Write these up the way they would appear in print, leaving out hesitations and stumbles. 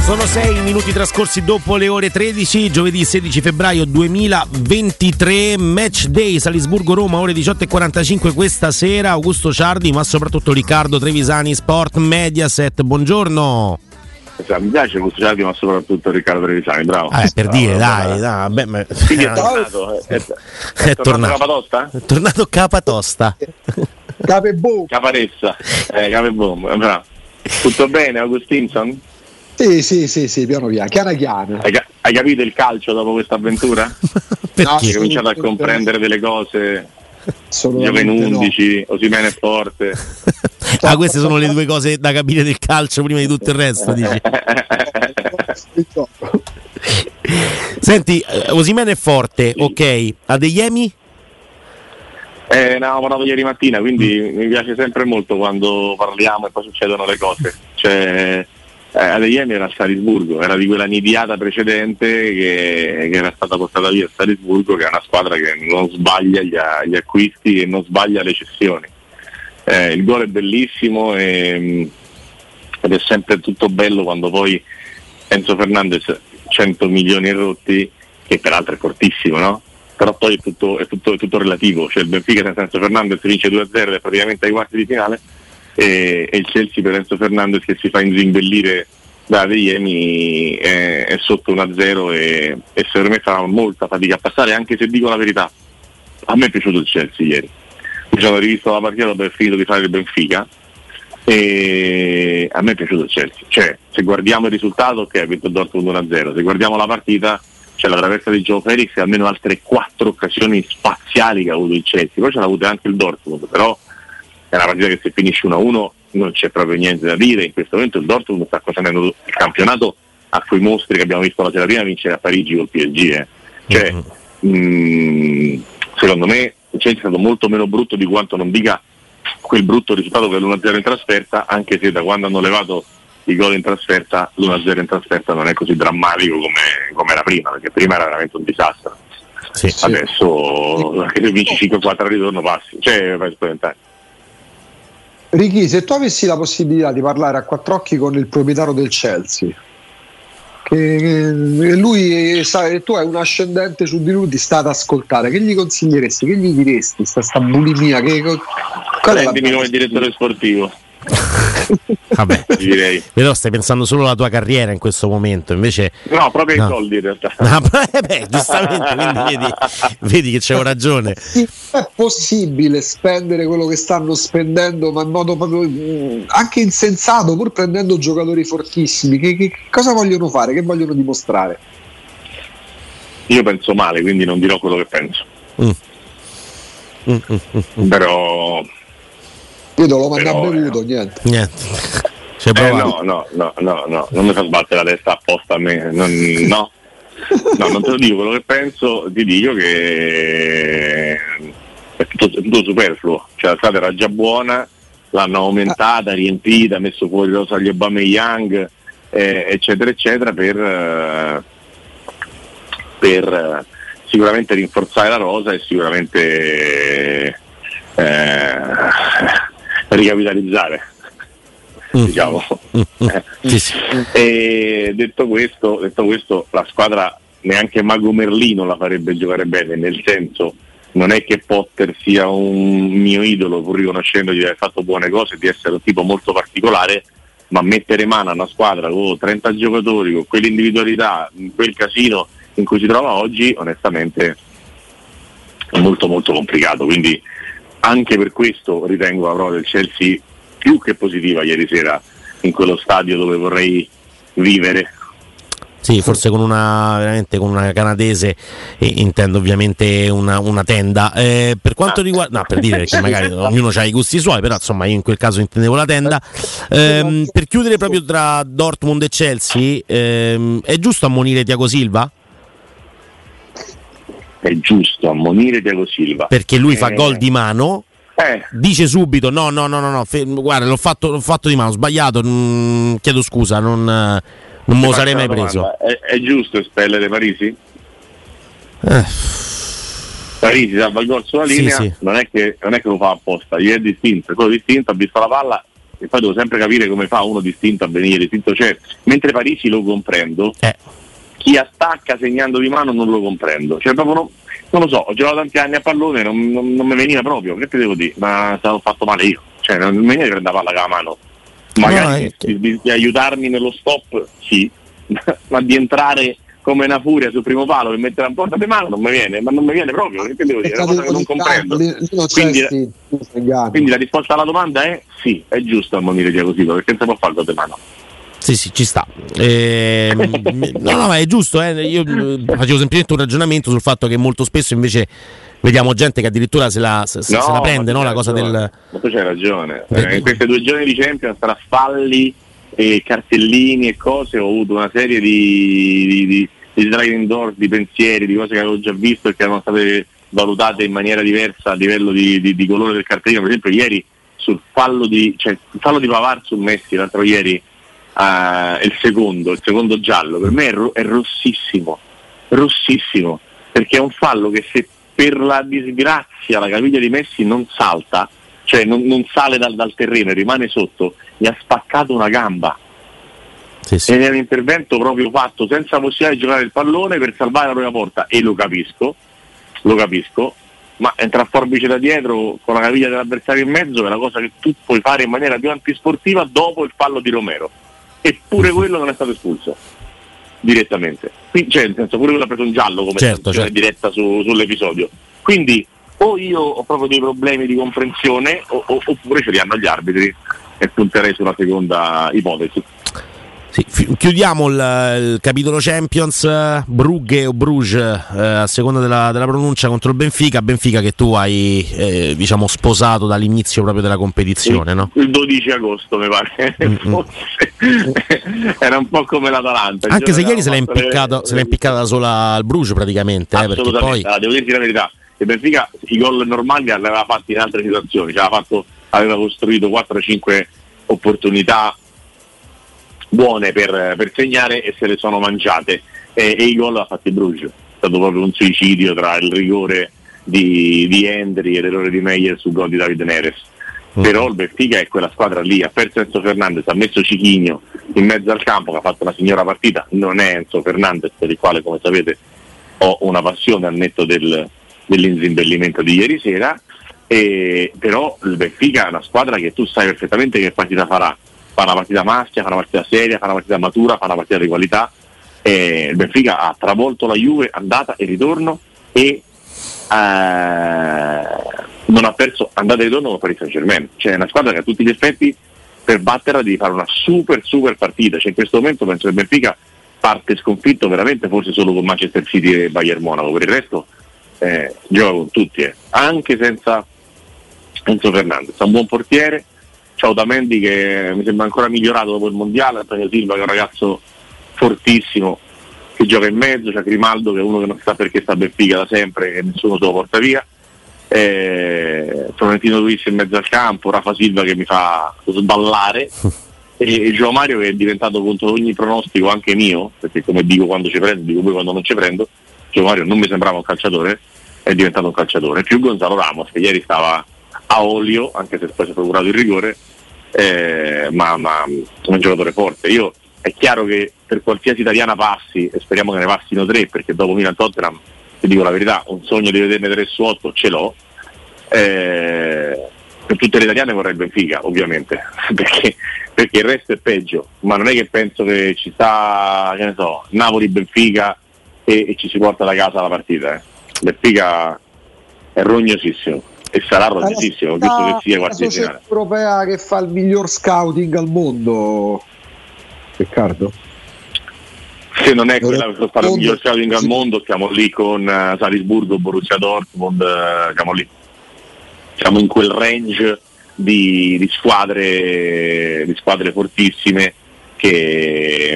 Sono 6 minuti trascorsi dopo le ore 13, giovedì 16 febbraio 2023, match day Salisburgo-Roma, ore 18:45 questa sera. Augusto Ciardi, ma soprattutto Riccardo Trevisani, Sport Mediaset, buongiorno. Mi piace Augusto Ciardi, ma soprattutto Riccardo Trevisani, bravo. Per dire, dai. Beh, quindi è tornato. È tornato Capatosta? È tornato Capatosta. Caparessa. Capebom, bravo. Tutto bene, Augustinson? Sì, piano piano. Hai capito il calcio dopo questa avventura? Perché? Hai cominciato a comprendere delle cose. Gioca in 11, no. Osimhen è forte. Queste sono le due cose da capire del calcio prima di tutto il resto, dici? Senti, Osimhen è forte, ok. Adeyemi? Ne avevamo parlato ieri mattina, quindi mi piace sempre molto quando parliamo e poi succedono le cose. Cioè, Adeyemi era a Salisburgo, era di quella nidiata precedente che era stata portata via a Salisburgo, che è una squadra che non sbaglia gli acquisti e non sbaglia le cessioni. Il gol è bellissimo ed è sempre tutto bello quando poi Enzo Fernandez 100 milioni rotti, che peraltro è fortissimo, no? Però poi è tutto relativo, cioè il Benfica senza Enzo Fernandez vince 2-0 ed è praticamente ai quarti di finale, e il Chelsea per Enzo Fernandez che si fa inzimbellire da Adeyemi è sotto 1-0 e secondo me farà molta fatica a passare, anche se dico la verità, a me è piaciuto il Chelsea ieri. Mi sono rivisto la partita dopo aver finito di fare il Benfica e a me è piaciuto il Chelsea, cioè se guardiamo il risultato che ha vinto il Dortmund 1-0, se guardiamo la partita c'è la traversa di Joe Felix e almeno altre 4 occasioni spaziali che ha avuto il Chelsea, poi ce l'ha avuta anche il Dortmund, però è una partita che se finisce 1-1 non c'è proprio niente da dire. In questo momento il Dortmund sta concedendo il campionato a quei mostri che abbiamo visto la sera prima vincere a Parigi col PSG. Cioè, secondo me il Chelsea è stato molto meno brutto di quanto non dica quel brutto risultato che è l'1-0 in trasferta, anche se da quando hanno levato i gol in trasferta l'1-0 in trasferta non è così drammatico come era prima, perché prima era veramente un disastro. Sì. Adesso se vinci 5-4 al ritorno passi, cioè fai spaventare. Ricky, se tu avessi la possibilità di parlare a quattro occhi con il proprietario del Chelsea, che lui sa che tu hai un ascendente su di lui, ti sta ad ascoltare, che gli consiglieresti? Che gli diresti? Sta bulimia? Prendimi come direttore sportivo. Vabbè, direi. Però stai pensando solo alla tua carriera in questo momento, invece no, proprio ai soldi in realtà. Giustamente, quindi vedi che c'avevo ragione. È possibile spendere quello che stanno spendendo, ma in modo proprio anche insensato, pur prendendo giocatori fortissimi. Che cosa vogliono fare? Che vogliono dimostrare? Io penso male, quindi non dirò quello che penso. Però io te lo mando a bevuto, niente. No, non mi fa sbattere la testa apposta a me, no, non te lo dico quello che penso, ti dico che è tutto superfluo, cioè la strada era già buona, l'hanno aumentata, riempita, messo fuori Rosario Aubameyang, eccetera eccetera, per sicuramente rinforzare la rosa e sicuramente ricapitalizzare, diciamo. Sì. E detto questo, la squadra neanche Mago Merlino la farebbe giocare bene, nel senso, non è che Potter sia un mio idolo, pur riconoscendo di aver fatto buone cose, di essere un tipo molto particolare, ma mettere mano a una squadra con 30 giocatori, con quell'individualità, quel casino in cui si trova oggi, onestamente è molto molto complicato, quindi anche per questo ritengo la prova del Chelsea più che positiva ieri sera in quello stadio dove vorrei vivere. Sì, forse con una canadese, intendo ovviamente una tenda. Per quanto riguarda, no, per dire che magari ognuno ha i gusti suoi, però insomma io in quel caso intendevo la tenda. Per chiudere proprio tra Dortmund e Chelsea, è giusto ammonire Thiago Silva? È giusto ammonire Thiago Silva perché lui fa gol di mano, dice subito no, guarda l'ho fatto di mano, ho sbagliato, chiedo scusa, non me lo sarei mai preso. È giusto espellere Parisi? Parisi salva il gol sulla linea, sì. Non è che lo fa apposta, gli è distinto, è quello distinto, ha visto la palla, e poi devo sempre capire come fa uno distinto a venire distinto, cioè mentre Parisi lo comprendo, chi attacca segnando di mano non lo comprendo, cioè proprio non lo so, ho giocato tanti anni a pallone, non mi veniva proprio, che ti devo dire, ma stavo fatto male io, cioè non mi viene di prendere la palla con la mano, magari di aiutarmi nello stop sì, ma di entrare come una furia sul primo palo e mettere la porta di mano non mi viene, ma non mi viene proprio, che devo dire, è una cosa che non comprendo. Quindi la risposta alla domanda è sì, è giusto ammonire Diagosito, perché non si può fare il gol di mano. Sì, ci sta. No, ma è giusto. Io facevo semplicemente un ragionamento sul fatto che molto spesso invece vediamo gente che addirittura se la prende, no? La cosa del. Ma tu c'hai ragione. In queste 2 giorni di Champions, tra falli e cartellini e cose, ho avuto una serie di sliding doors, di pensieri, di cose che avevo già visto e che erano state valutate in maniera diversa a livello di colore del cartellino. Per esempio, ieri sul fallo di Pavard sul Messi, l'altro ieri. Il secondo giallo per me è rossissimo, perché è un fallo che se per la disgrazia la caviglia di Messi non salta, cioè non sale dal terreno e rimane sotto, gli ha spaccato una gamba. Ed è un intervento proprio fatto senza possibilità di giocare il pallone per salvare la propria porta, e lo capisco, ma entrare a forbice da dietro con la caviglia dell'avversario in mezzo è la cosa che tu puoi fare in maniera più antisportiva dopo il fallo di Romero. Eppure quello non è stato espulso direttamente, cioè nel senso pure quello ha preso un giallo come certo. diretta sull'episodio. Quindi o io ho proprio dei problemi di comprensione oppure ce li hanno gli arbitri, e punterei sulla seconda ipotesi. Sì, chiudiamo il capitolo Champions. Brugge o Bruges, a seconda della pronuncia, contro il Benfica che tu hai sposato dall'inizio proprio della competizione, no? Il 12 agosto mi pare era un po' come l'Atalanta, anche se ieri se l'ha impiccata da sola al Bruges praticamente, perché poi devo dirti la verità, il Benfica i gol normali li aveva fatti in altre situazioni, aveva costruito 4-5 opportunità buone per segnare e se le sono mangiate, e i gol ha fatti Bruges. È stato proprio un suicidio tra il rigore di Endri e l'errore di Meyer sul gol di David Neres. Però il Benfica è quella squadra lì, ha perso Enzo Fernandez, ha messo Chiquinho in mezzo al campo che ha fatto una signora partita, non è Enzo Fernandez per il quale, come sapete, ho una passione al netto dell'inzimbellimento di ieri sera, però il Benfica è una squadra che tu sai perfettamente che partita farà. Fa una partita maschia, fa una partita seria, fa una partita matura, fa una partita di qualità. Il Benfica ha travolto la Juve andata e ritorno e non ha perso andata e ritorno con Paris Saint-Germain. Cioè è una squadra che a tutti gli effetti per batterla devi fare una super partita. Cioè in questo momento penso che il Benfica parte sconfitto veramente forse solo con Manchester City e Bayern Monaco, per il resto gioca con tutti, anche senza Enzo Fernandez. Ha un buon portiere, c'è Otamendi che mi sembra ancora migliorato dopo il mondiale, Antonio Silva che è un ragazzo fortissimo che gioca in mezzo, c'è Grimaldo che è uno che non sa perché sta a Benfica da sempre, che nessuno se lo porta via, Florentino Luis in mezzo al campo, Rafa Silva che mi fa sballare e Gio Mario che è diventato contro ogni pronostico, anche mio, perché come dico quando ci prendo, dico poi quando non ci prendo. Gio Mario non mi sembrava un calciatore, è diventato un calciatore, più Gonzalo Ramos che ieri stava a olio, anche se poi si è procurato il rigore, ma un giocatore forte. È chiaro che per qualsiasi italiana passi, e speriamo che ne passino 3, perché dopo Milan-Tottenham, ti dico la verità, un sogno di vederne 3 su 8 ce l'ho. Per tutte le italiane vorrei il Benfica, ovviamente, perché il resto è peggio, ma non è che penso che ci sta, che ne so, Napoli-Benfica e ci si porta da casa la partita. Benfica è rognosissimo e sarà rognosissimo, giusto che sia quarti di finale. Europea che fa il miglior scouting al mondo, Riccardo? Se non è quella che fa il miglior scouting al mondo, stiamo lì con Salisburgo, Borussia Dortmund, siamo lì. Siamo in quel range di squadre fortissime che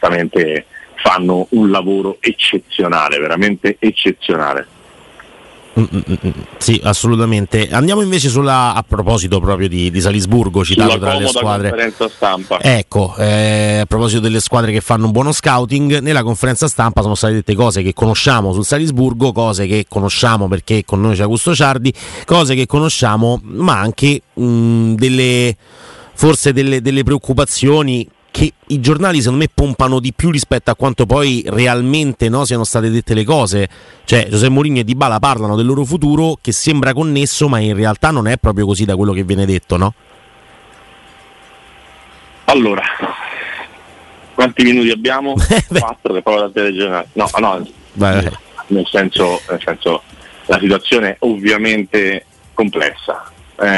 onestamente fanno un lavoro eccezionale, veramente eccezionale. Sì, assolutamente. Andiamo invece a proposito proprio di Salisburgo, citato tra le squadre. Conferenza stampa. Ecco, a proposito delle squadre che fanno un buono scouting, nella conferenza stampa sono state dette cose che conosciamo sul Salisburgo, cose che conosciamo perché con noi c'è Augusto Ciardi, cose che conosciamo, ma anche forse delle preoccupazioni che i giornali secondo me pompano di più rispetto a quanto poi realmente, no, siano state dette le cose. Cioè José Mourinho e Dybala parlano del loro futuro che sembra connesso, ma in realtà non è proprio così da quello che viene detto, no? Allora, quanti minuti abbiamo? 4 che poi la telegiornale. No, vai. Nel senso la situazione è ovviamente complessa.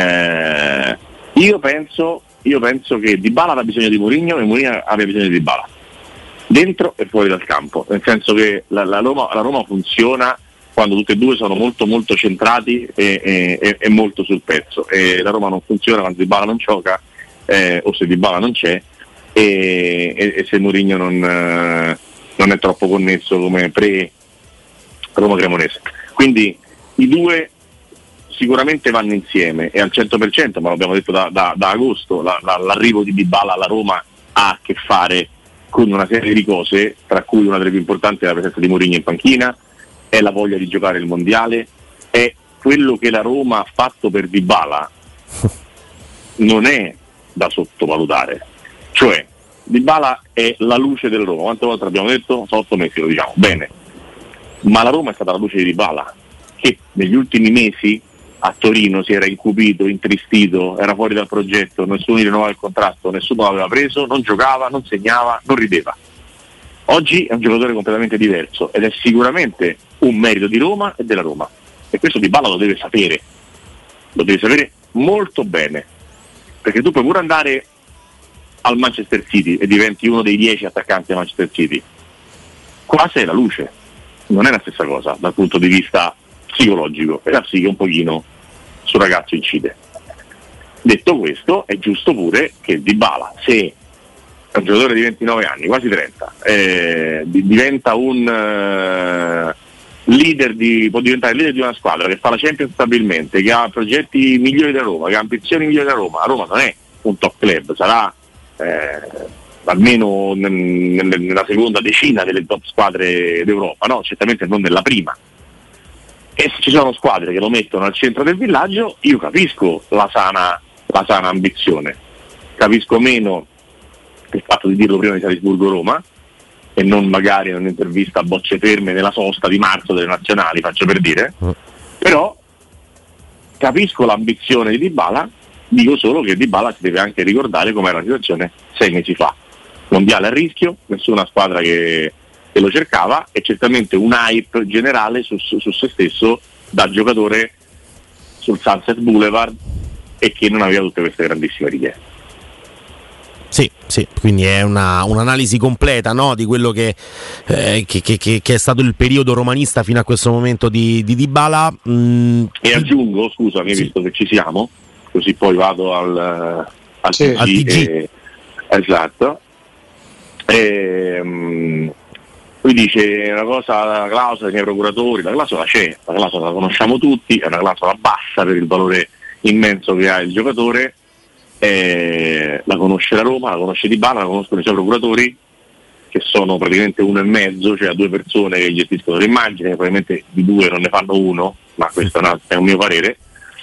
Io penso che Dybala abbia bisogno di Mourinho e Mourinho abbia bisogno di Dybala, dentro e fuori dal campo, nel senso che la Roma funziona quando tutti e due sono molto molto centrati e molto sul pezzo, e la Roma non funziona quando Dybala non gioca, o se Dybala non c'è, e se Mourinho non è troppo connesso come pre-Roma Cremonese. Quindi i due sicuramente vanno insieme e al 100%, ma l'abbiamo detto da agosto, l'arrivo di Dybala alla Roma ha a che fare con una serie di cose, tra cui una delle più importanti è la presenza di Mourinho in panchina, è la voglia di giocare il mondiale, è quello che la Roma ha fatto per Dybala non è da sottovalutare. Cioè Dybala è la luce del Roma, quante volte l'abbiamo detto? 8 mesi lo diciamo, bene, ma la Roma è stata la luce di Dybala, che negli ultimi mesi a Torino si era incupito, intristito, era fuori dal progetto, nessuno gli rinnovava il contratto, nessuno l'aveva preso, non giocava, non segnava, non rideva. Oggi è un giocatore completamente diverso ed è sicuramente un merito di Roma e della Roma, e questo Dybala lo deve sapere molto bene, perché tu puoi pure andare al Manchester City e diventi uno dei 10 attaccanti del Manchester City, qua sei la luce, non è la stessa cosa dal punto di vista psicologico, e la psiche un pochino sul ragazzo incide. Detto questo, è giusto pure che Dybala, se è un giocatore di 29 anni, quasi 30, diventa un può diventare leader di una squadra che fa la Champions stabilmente, che ha progetti migliori da Roma, che ha ambizioni migliori da Roma. Roma non è un top club, sarà almeno nella seconda decina delle top squadre d'Europa, no? Certamente non nella prima. E se ci sono squadre che lo mettono al centro del villaggio, io capisco la sana ambizione, capisco meno il fatto di dirlo prima di Salisburgo-Roma e non magari in un'intervista a bocce ferme nella sosta di marzo delle nazionali, faccio per dire, però capisco l'ambizione di Dybala, dico solo che Dybala si deve anche ricordare com'era la situazione 6 mesi fa, mondiale a rischio, nessuna squadra che lo cercava, e certamente un hype generale su se stesso da giocatore sul Sunset Boulevard, e che non aveva tutte queste grandissime richieste. Sì, quindi è un'analisi completa, no, di quello che è stato il periodo romanista fino a questo momento di Dybala. E aggiungo, scusami, visto che ci siamo, così poi vado al TG. Esatto. Lui dice una cosa, la clausola dei miei procuratori, la clausola c'è, la clausola la conosciamo tutti, è una clausola bassa per il valore immenso che ha il giocatore, la conosce la Roma, la conosce Dybala, la conoscono i suoi procuratori, che sono praticamente 1,5, cioè 2 persone che gestiscono l'immagine, probabilmente di 2 non ne fanno uno, ma questo è un mio parere,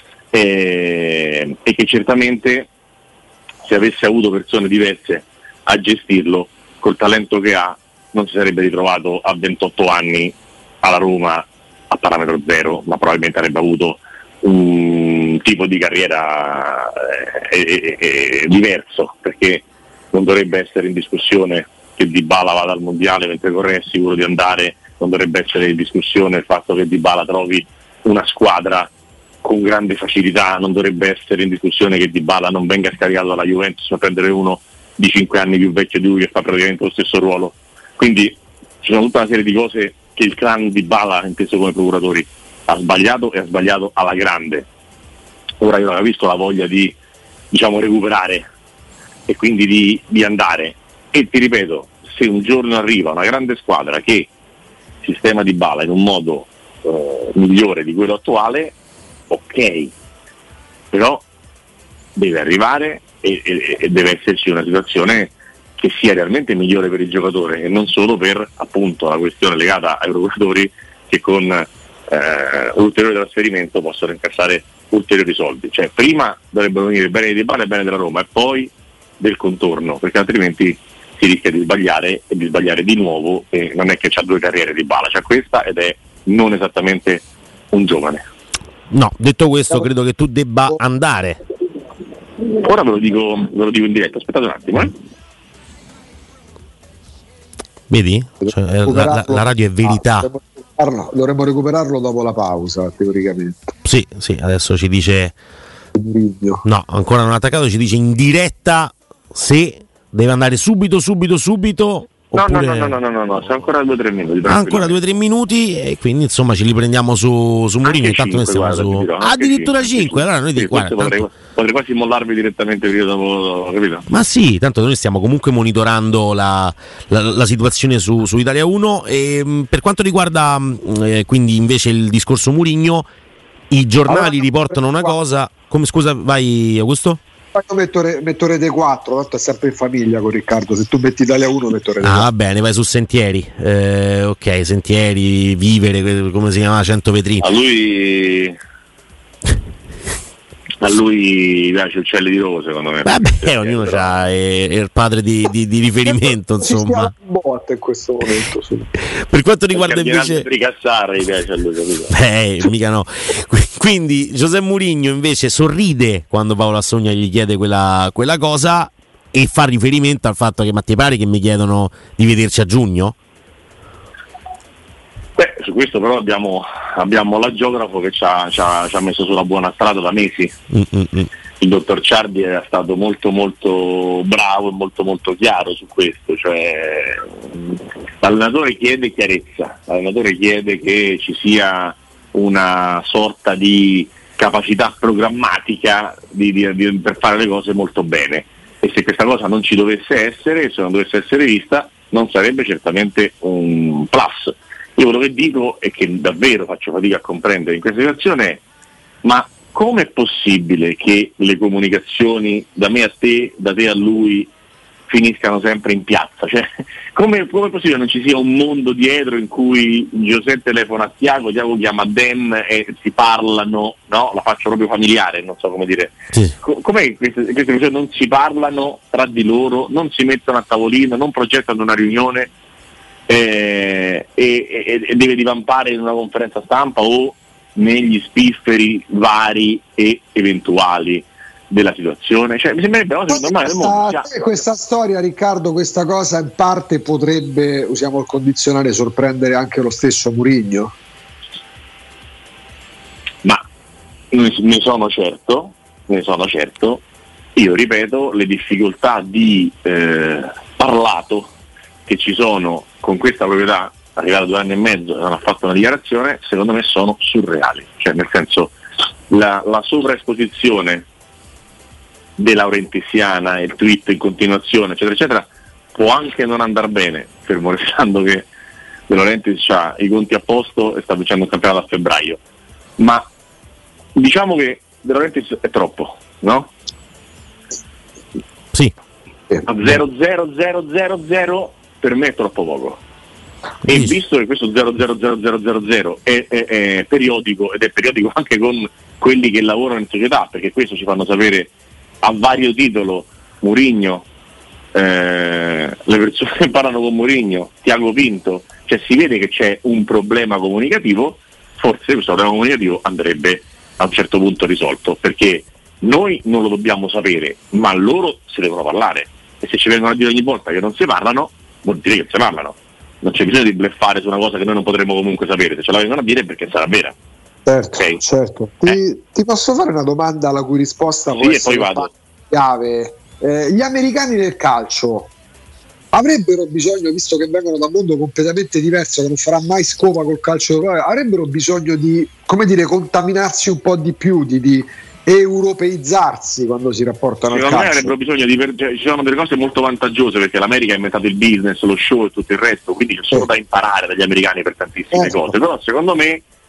e che certamente se avesse avuto persone diverse a gestirlo, col talento che ha, non si sarebbe ritrovato a 28 anni alla Roma a parametro zero, ma probabilmente avrebbe avuto un tipo di carriera diverso, perché non dovrebbe essere in discussione che Dybala vada al mondiale mentre Correa è sicuro di andare, non dovrebbe essere in discussione il fatto che Dybala trovi una squadra con grande facilità, non dovrebbe essere in discussione che Dybala non venga scaricato dalla Juventus a prendere uno di 5 anni più vecchio di lui che fa praticamente lo stesso ruolo. Quindi ci sono tutta una serie di cose che il clan Dybala, inteso come procuratori, ha sbagliato, e ha sbagliato alla grande. Ora io non capisco la voglia di, recuperare e quindi di andare, e ti ripeto, se un giorno arriva una grande squadra che sistema Dybala in un modo migliore di quello attuale, ok, però deve arrivare e deve esserci una situazione che sia realmente migliore per il giocatore e non solo per appunto la questione legata ai procuratori che con un ulteriore trasferimento possono incassare ulteriori soldi. Cioè prima dovrebbero venire bene di Dybala e bene della Roma e poi del contorno, perché altrimenti si rischia di sbagliare e di sbagliare di nuovo, e non è che c'ha due carriere Dybala, c'ha questa ed è non esattamente un giovane. No, detto questo credo che tu debba andare. Ora ve lo dico in diretta, aspettate un attimo. Vedi? Cioè, la radio è verità. Dovremmo recuperarlo dopo la pausa, teoricamente. Sì, adesso ci dice no, ancora non ha attaccato, ci dice in diretta se deve andare subito. Oppure... No, sono ancora 2-3 minuti. Ancora 2-3 minuti e quindi insomma ce li prendiamo su Mourinho. Intanto noi stiamo su addirittura 5. Allora noi potrei quasi mollarvi direttamente dopo, capito? Ma sì, tanto noi stiamo comunque monitorando la situazione su Italia 1 e per quanto riguarda quindi invece il discorso Mourinho, i giornali riportano una cosa. Come, scusa, vai Augusto? Metto Rete 4, tanto è sempre in famiglia con Riccardo. Se tu metti Italia 1 metto Rete 4. Va bene, vai su Sentieri. Ok, Sentieri, Vivere, come si chiama? 100 vetrini. A lui piace Uccelli di Rose, secondo me. Vabbè, ognuno ha il padre di riferimento, insomma. In questo momento, sì. Per quanto riguarda invece Ricassare gli piace a lui, capito? Mica no. Quindi José Mourinho invece sorride quando Paolo Assogna gli chiede quella cosa e fa riferimento al fatto che ma ti pare che mi chiedono di vederci a giugno? Beh, su questo però abbiamo la geografo che ci ha messo sulla buona strada da mesi. Il dottor Ciardi è stato molto molto bravo e molto molto chiaro su questo, cioè l'allenatore chiede chiarezza, l'allenatore chiede che ci sia una sorta di capacità programmatica per fare le cose molto bene, e se questa cosa non ci dovesse essere, se non dovesse essere vista, non sarebbe certamente un plus. Io quello che dico è che davvero faccio fatica a comprendere in questa situazione è: ma come è possibile che le comunicazioni da me a te, da te a lui finiscano sempre in piazza? Cioè, come è possibile che non ci sia un mondo dietro in cui Giuseppe telefona a Tiago chiama Dan e si parlano, no? La faccio proprio familiare, non so come dire. Sì. Com'è che queste persone non si parlano tra di loro, non si mettono a tavolino, non progettano una riunione e deve divampare in una conferenza stampa o negli spifferi vari e eventuali della situazione? Cioè, mi sembrerebbe una cosa normale del mondo. Questa storia, Riccardo, questa cosa in parte potrebbe, usiamo il condizionale, sorprendere anche lo stesso Mourinho? Ma ne sono certo. Io ripeto, le difficoltà di parlato che ci sono con questa proprietà, arrivato 2 anni e mezzo e non ha fatto una dichiarazione, secondo me sono surreali. Cioè, nel senso, la sovraesposizione De Laurentiziana, il tweet in continuazione, eccetera eccetera, può anche non andare bene, fermo restando che De Laurentiis ha i conti a posto e sta vincendo un campionato a febbraio, ma diciamo che De Laurentiis è troppo, no? Sì. A 0,00000 per me è troppo poco. E visto che questo 0,00000 è periodico, ed è periodico anche con quelli che lavorano in società, perché questo ci fanno sapere a vario titolo Mourinho, le persone che parlano con Mourinho, Tiago Pinto, cioè si vede che c'è un problema comunicativo. Forse questo problema comunicativo andrebbe a un certo punto risolto, perché noi non lo dobbiamo sapere, ma loro si devono parlare, e se ci vengono a dire ogni volta che non si parlano, vuol dire che si parlano. Non c'è bisogno di bleffare su una cosa che noi non potremo comunque sapere. Se ce la vengono a dire, perché sarà vera. Certo, okay. Certo. Ti posso fare una domanda la cui risposta può essere chiave? Gli americani del calcio avrebbero bisogno, visto che vengono da un mondo completamente diverso, che non farà mai scopa col calcio europeo, avrebbero bisogno di, come dire, contaminarsi un po' di più, di europeizzarsi quando si rapportano al calcio. Secondo me avrebbero bisogno ci sono delle cose molto vantaggiose, perché l'America ha inventato il business, lo show e tutto il resto, quindi c'è solo da imparare dagli americani per tantissime cose. Però secondo me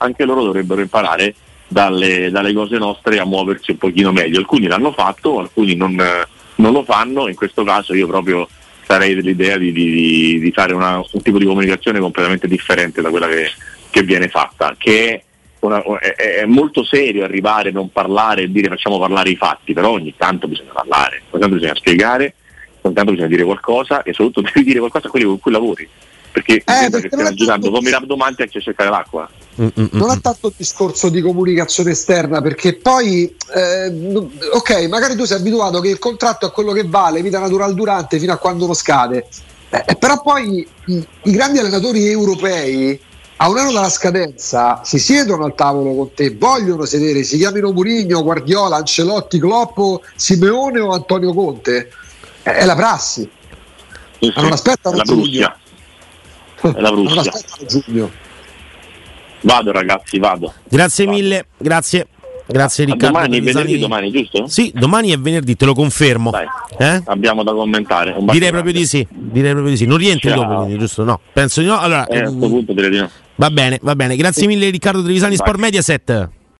anche loro dovrebbero imparare dalle cose nostre a muoversi un pochino meglio. Alcuni l'hanno fatto, alcuni non lo fanno. In questo caso io proprio sarei dell'idea di fare un tipo di comunicazione completamente differente da quella che viene fatta, che è molto serio arrivare, non parlare e dire facciamo parlare i fatti, però ogni tanto bisogna parlare, ogni tanto bisogna spiegare, ogni tanto bisogna dire qualcosa, e soprattutto devi dire qualcosa a quelli con cui lavori, perché sembra che stiamo girando come rabdomanti a cercare l'acqua. Non è tanto il discorso di comunicazione esterna, perché poi ok, magari tu sei abituato che il contratto è quello che vale, vita natural durante fino a quando non scade, però poi i grandi allenatori europei a un anno dalla scadenza si siedono al tavolo con te, vogliono sedere, si chiamino Mourinho, Guardiola, Ancelotti, Klopp, Simeone o Antonio Conte, è la prassi. Sì, non aspettano giugno. È la Non Prussia. aspettano giugno. Vado ragazzi, vado. Grazie mille, grazie Riccardo. Domani, venerdì, domani, giusto? Sì, domani è venerdì, te lo confermo. Dai, abbiamo da commentare. Direi proprio di sì. Non rientri dopo, quindi, giusto? No, penso di no. Allora, a questo punto direi di no. Va bene. Grazie mille Riccardo Trevisani, Sport Mediaset.